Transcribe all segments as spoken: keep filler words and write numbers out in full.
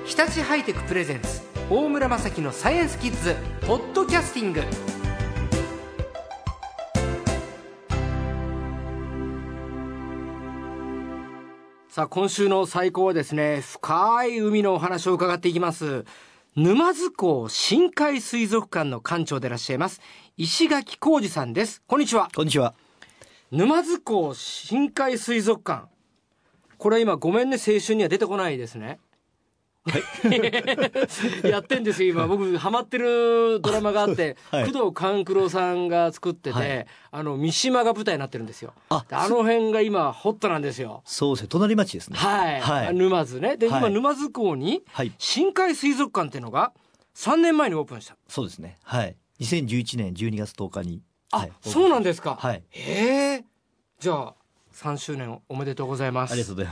日立ハイテクプレゼンツ大村雅樹のサイエンスキッズポッドキャスティング。さあ今週の最高はですね、深い海のお話を伺っていきます。沼津港深海水族館の館長でいらっしゃいます石垣浩二さんです。こんにちは。 こんにちは。 沼津港深海水族館、これは今ごめんね青春には出てこないですね。はい、やってんですよ今。僕ハマってるドラマがあって、はい、工藤官九郎さんが作ってて、はい、あの三島が舞台になってるんですよ。 あ, あの辺が今ホットなんですよ。 そうですね、隣町ですね。 はい、はい、沼津ね。で、はい、今沼津港に深海水族館っていうのがさんねんまえにオープンした。 そうですね、はい、にせんじゅういちねんじゅうにがつとおかに。 あ、はい、そうなんですか。 はい、 へえ。じゃあさんしゅうねんおめでとうございます。 ありがとうございます。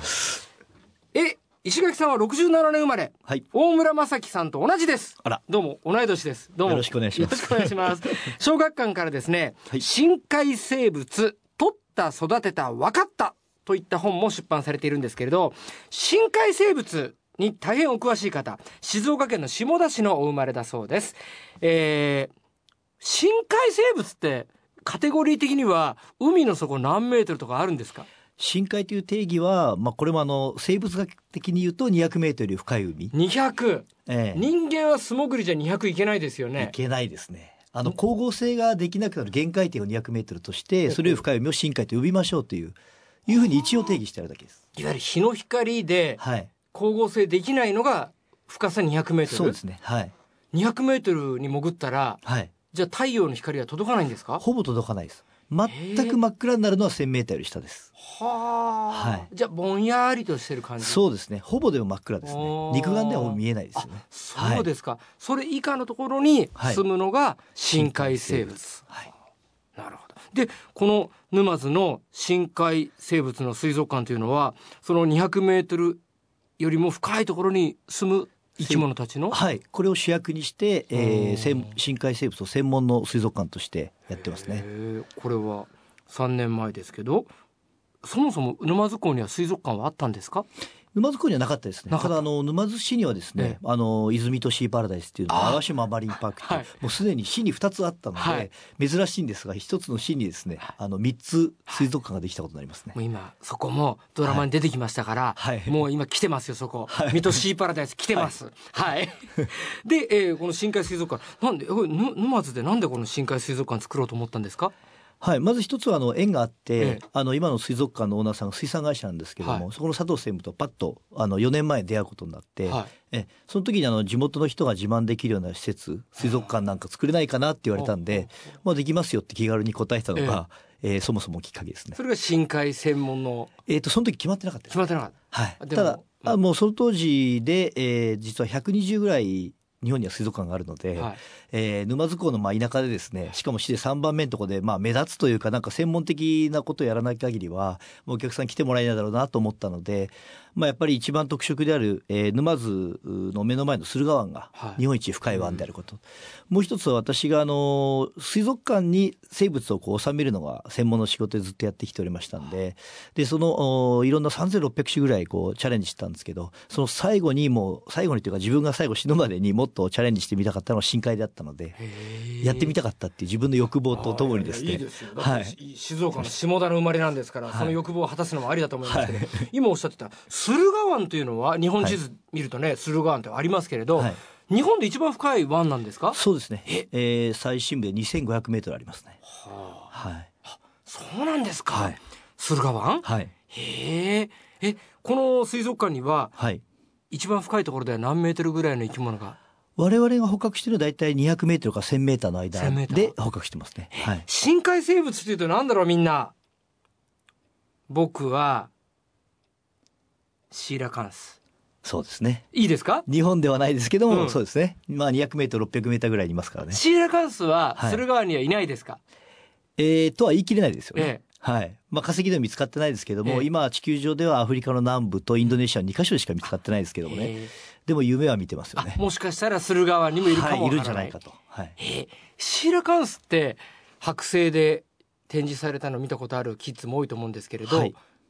え石垣さんはろくじゅうななねん生まれ、はい、大村雅樹さんと同じです。 あら、 どうも同い年です。どうもよろしくお願いします。 よろしくお願いします小学館からですね、はい、深海生物取った育てた分かったといった本も出版されているんですけれど、深海生物に大変お詳しい方、静岡県の下田市のお生まれだそうです。えー、深海生物ってカテゴリー的には海の底何メートルとかあるんですか？ 深海という定義は、まあ、これもあの生物学的に言うとにひゃくメートルより深い海。 にひゃく、ええ、人間は素潜りじゃにひゃくいけないですよね。 いけないですね。あの光合成ができなくなる限界点をにひゃくメートルとして、それより深い海を深海と呼びましょうといういうふうに一応定義してあるだけです。 いわゆる日の光で光合成できないのが深さにひゃくメートル。 そうですね、はい、 にひゃくメートルに潜ったら、はい、じゃあ太陽の光は届かないんですか？ ほぼ届かないです。全く真っ暗になるのはせんメートルより下です。 はあ、はい、じゃあぼんやりとしてる感じ。 そうですね、ほぼでも真っ暗ですね。肉眼では見えないですよね。 そうですか、はい、それ以下のところに住むのが深海生物、はい、なるほど。でこの沼津の深海生物の水族館というのはそのにひゃくメートルよりも深いところに住む生き物たちの、 はい、これを主役にして、えー、深海生物を専門の水族館としてやってますね。 これはさんねんまえですけど、そもそも沼津港には水族館はあったんですか？ 沼津港にはなかったですね。ただあの沼津市にはですね、ええ、あの泉とシーパラダイスっていうのは淡島マリンパークって、はい、もうすでに市にふたつあったので、はい、珍しいんですがひとつの市にですね、あのみっつ水族館ができたことになりますね。 もう今そこもドラマに出てきましたから、はい、もう今来てますよそこ、はい、水戸シーパラダイス来てます。はい、はい、で、えー、この深海水族館なんで沼津でなんでこの深海水族館作ろうと思ったんですか？ はい、まず一つはあの縁があって、ええ、あの今の水族館のオーナーさんが水産会社なんですけども、はい、そこの佐藤専務とパッとあのよねんまえに出会うことになって、はい、えその時にあの地元の人が自慢できるような施設、水族館なんか作れないかなって言われたんで、まあ、できますよって気軽に答えたのが、えええー、そもそもきっかけですね。 それが深海専門の、 えー、とその時決まってなかったです。 決まってなかった、 はい、ただ、うん、あもうその当時で、えー、実はひゃくにじゅうぐらい日本には水族館があるので、はい、えー、沼津港のまあ田舎でですね、しかも市でさんばんめのところでまあ目立つというかなんか専門的なことをやらない限りはもうお客さん来てもらえないだろうなと思ったので、まあ、やっぱり一番特色である、えー、沼津の目の前の駿河湾が日本一深い湾であること、はい、うん、もう一つは私があの水族館に生物をこう収めるのが専門の仕事でずっとやってきておりましたんで、でそのいろんなさんぜんろっぴゃくしゅぐらいこうチャレンジしてたんですけど、その最後にもう最後にというか自分が最後死ぬまでにもっとチャレンジしてみたかったのは深海であったので、やってみたかったっていう自分の欲望とともにですね、 いいですよ。だって静岡の下田の生まれなんですから、はい、その欲望を果たすのもありだと思いますけど、はい、今おっしゃってた駿河湾というのは日本地図見るとね、はい、駿河湾ってありますけれど、はい、日本で一番深い湾なんですか？そうですね、 え、えー、最深部でにせんごひゃくメートルありますね。はあ、はい、あ、そうなんですか、はい、駿河湾、はい、へえ。えこの水族館には、はい、一番深いところでは何メートルぐらいの生き物が？ 我々が捕獲しているのはだいたいにひゃくメートルからせんメーターの間で捕獲してますね。はい、 深海生物というと何だろうみんな。僕はシーラカンス。 そうですね。 いいですか？ 日本ではないですけども、うん、そうですね。まあにひゃくメートル、ろっぴゃくメーターぐらいにいますからね。 シーラカンスは駿河湾にはいないですか？はい、 えー、とは言い切れないですよね。ええ、はい、まあ、化石では見つかってないですけども、ええ、今地球上ではアフリカの南部とインドネシアにかしょしか見つかってないですけどもね、えー、でも夢は見てますよね。 もしかしたら駿河湾にもいるかもわからない、はい、いるんじゃないかと、はい、 えー、シーラカンスって剥製で展示されたの見たことあるキッズも多いと思うんですけれど、はい、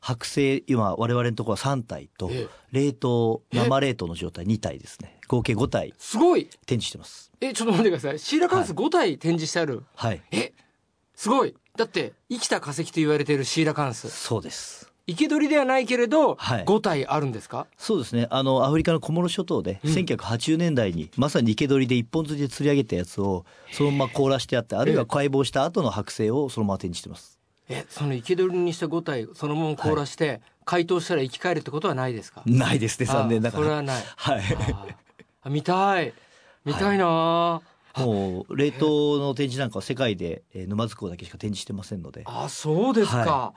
剥製今我々のところはさん体と、冷凍生冷凍の状態に体ですね。合計ご体すごい展示してます。 えちょっと待ってください。シーラカンスご体展示してある。 はい。 えすごい。だって生きた化石と言われているシーラカンス。 そうです。 生け捕りではないけれど、はい、ご体あるんですか？ そうですね。あのアフリカのコモロ諸島で、うん、せんきゅうひゃくはちじゅうねんだいにまさに生け捕りで一本釣りで釣り上げたやつをそのまま凍らしてあって、あるいは解剖した後の剥製をそのまま展示してます。 えその生け捕りにしたご体そのまま凍らして、はい、解凍したら生き返るってことはないですか？ ないですね、残念ながら。 それはない。 はい。 あ見たい見たいな、はい、 もう冷凍の展示なんかは世界で沼津港だけしか展示してませんので。 あそうですか、はい、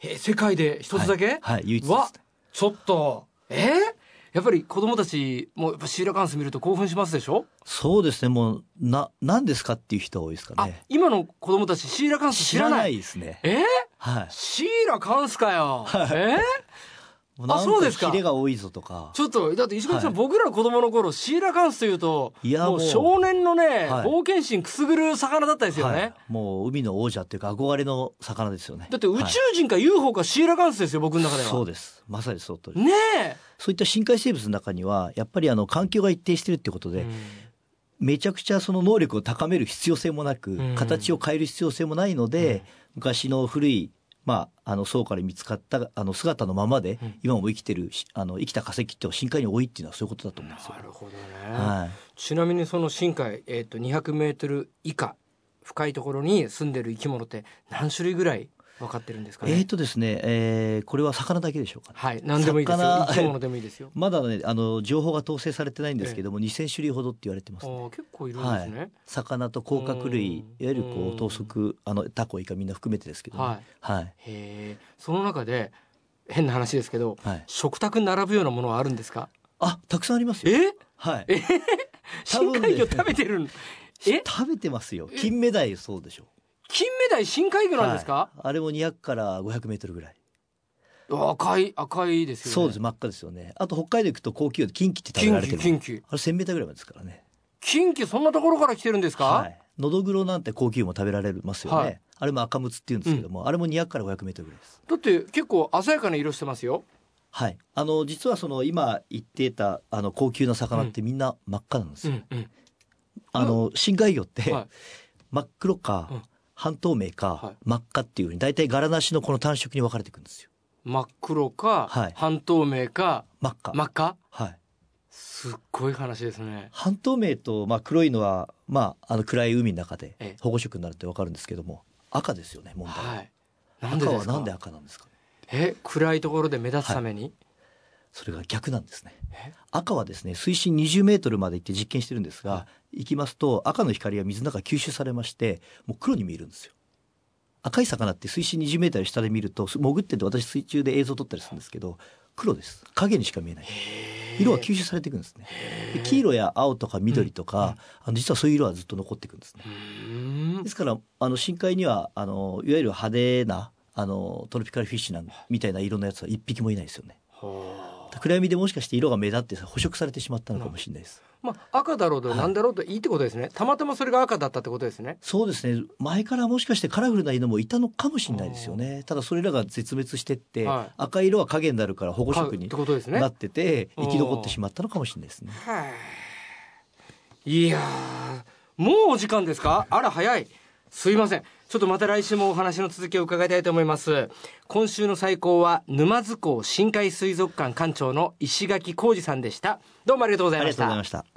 え世界で一つだけ、 はい、はい、唯一です、ね、 わちょっとえー、やっぱり子供たちもやっぱシーラカンス見ると興奮しますでしょ？ そうですね。もうな何ですかっていう人多いですかね。 あ今の子供たちシーラカンス知らない？ 知らないですね。 えーはい、 シーラカンスかよ、はい、えーあ、そうですか。ヒレが多いぞとか。 ちょっとだって石垣さん、はい、僕ら子供の頃シーラカンスというといやもう少年のね、 はい、 冒険心くすぐる魚だったですよね、はい、 もう海の王者っていうか憧れの魚ですよね。 だって宇宙人か ユーフォー かシーラカンスですよ、僕の中では。 そうです。まさにそうとねえ。 そういった深海生物の中にはやっぱりあの環境が一定してるってことで、うん、めちゃくちゃその能力を高める必要性もなく、うん、形を変える必要性もないので、うん、昔の古いまあ、あの層から見つかったあの姿のままで、うん、今も生きてるあの生きた化石って深海に多いっていうのはそういうことだと思うんですよ。 なるほどね、 はい、 ちなみにその深海、えー、とにひゃくメートル以下深いところに住んでる生き物って何種類ぐらい分かってるんですかね？ えーとですね、えー、これは魚だけでしょうかね。 はい、何でもいいですよ。生き物でもいいですよ。 まだねあの情報が統制されてないんですけども、えー、にせん種類ほどって言われてますね。 あ結構いるんですね、 はい、魚と甲殻類いわゆるこう頭足あのタコイカみんな含めてですけど、ね、 はいはい、 へーその中で変な話ですけど、 はい、 食卓に並ぶようなものはあるんですか？ あたくさんありますよ。 えはい、 え深海魚食べてるえ食べてますよ。金目鯛そうでしょ。 金目鯛深海魚なんですか？ はい、あれもにひゃくからごひゃくメートルぐらい。 赤い赤いですよね。 そうです、真っ赤ですよね。あと北海道行くと高級魚でキンキって食べられてる。 キンキキンキあれせんメートルぐらいまでですからね。 キンキそんなところから来てるんですか？ はい、ノドグロなんて高級魚も食べられますよね、はい、あれも赤ムツっていうんですけども、うん、あれもにひゃくからごひゃくメートルぐらいです。 だって結構鮮やかな色してますよ。 はい、あの実はその今言っていたあの高級な魚ってみんな真っ赤なんですよ、うんうん、あの深海魚って、はい、真っ黒か、うん半透明か、はい、真っ赤っていうふうに大体柄なしのこの単色に分かれていくんですよ。 真っ黒か、はい、半透明か真っ赤。 真っ赤、 はい、 すっごい話ですね。 半透明と、まあ、黒いのは、まあ、あの暗い海の中で保護色になるって分かるんですけども、赤ですよね問題は、はい、なんでですか？赤はなんで赤なんですか？ え暗いところで目立つために、はい、 それが逆なんですね。赤はですね水深にじゅうメートルまで行って実験してるんですが、はい、行きますと赤の光が水の中吸収されましてもう黒に見えるんですよ。赤い魚って水深にじゅうメートル下で見ると潜ってて私水中で映像撮ったりするんですけど黒です。影にしか見えない。色は吸収されていくんですね。で黄色や青とか緑とか、うん、あの実はそういう色はずっと残っていくんですね。ですからあの深海にはあのいわゆる派手なあのトロピカルフィッシュなんみたいな色のやつは一匹もいないですよね。暗闇でもしかして色が目立って捕食されてしまったのかもしれないです。 まあ、赤だろうと何だろうといいってことですね、はい、たまたまそれが赤だったってことですね。 そうですね。前からもしかしてカラフルな色もいたのかもしれないですよね。ただそれらが絶滅してって、はい、赤い色は影になるから保護色になってて生き残ってしまったのかもしれないですね。 いやもうお時間ですか？あら早い。すいません。ちょっとまた来週もお話の続きを伺いたいと思います。今週の最高は沼津港深海水族館館長の石垣浩二さんでした。どうもありがとうございました。 ありがとうございました。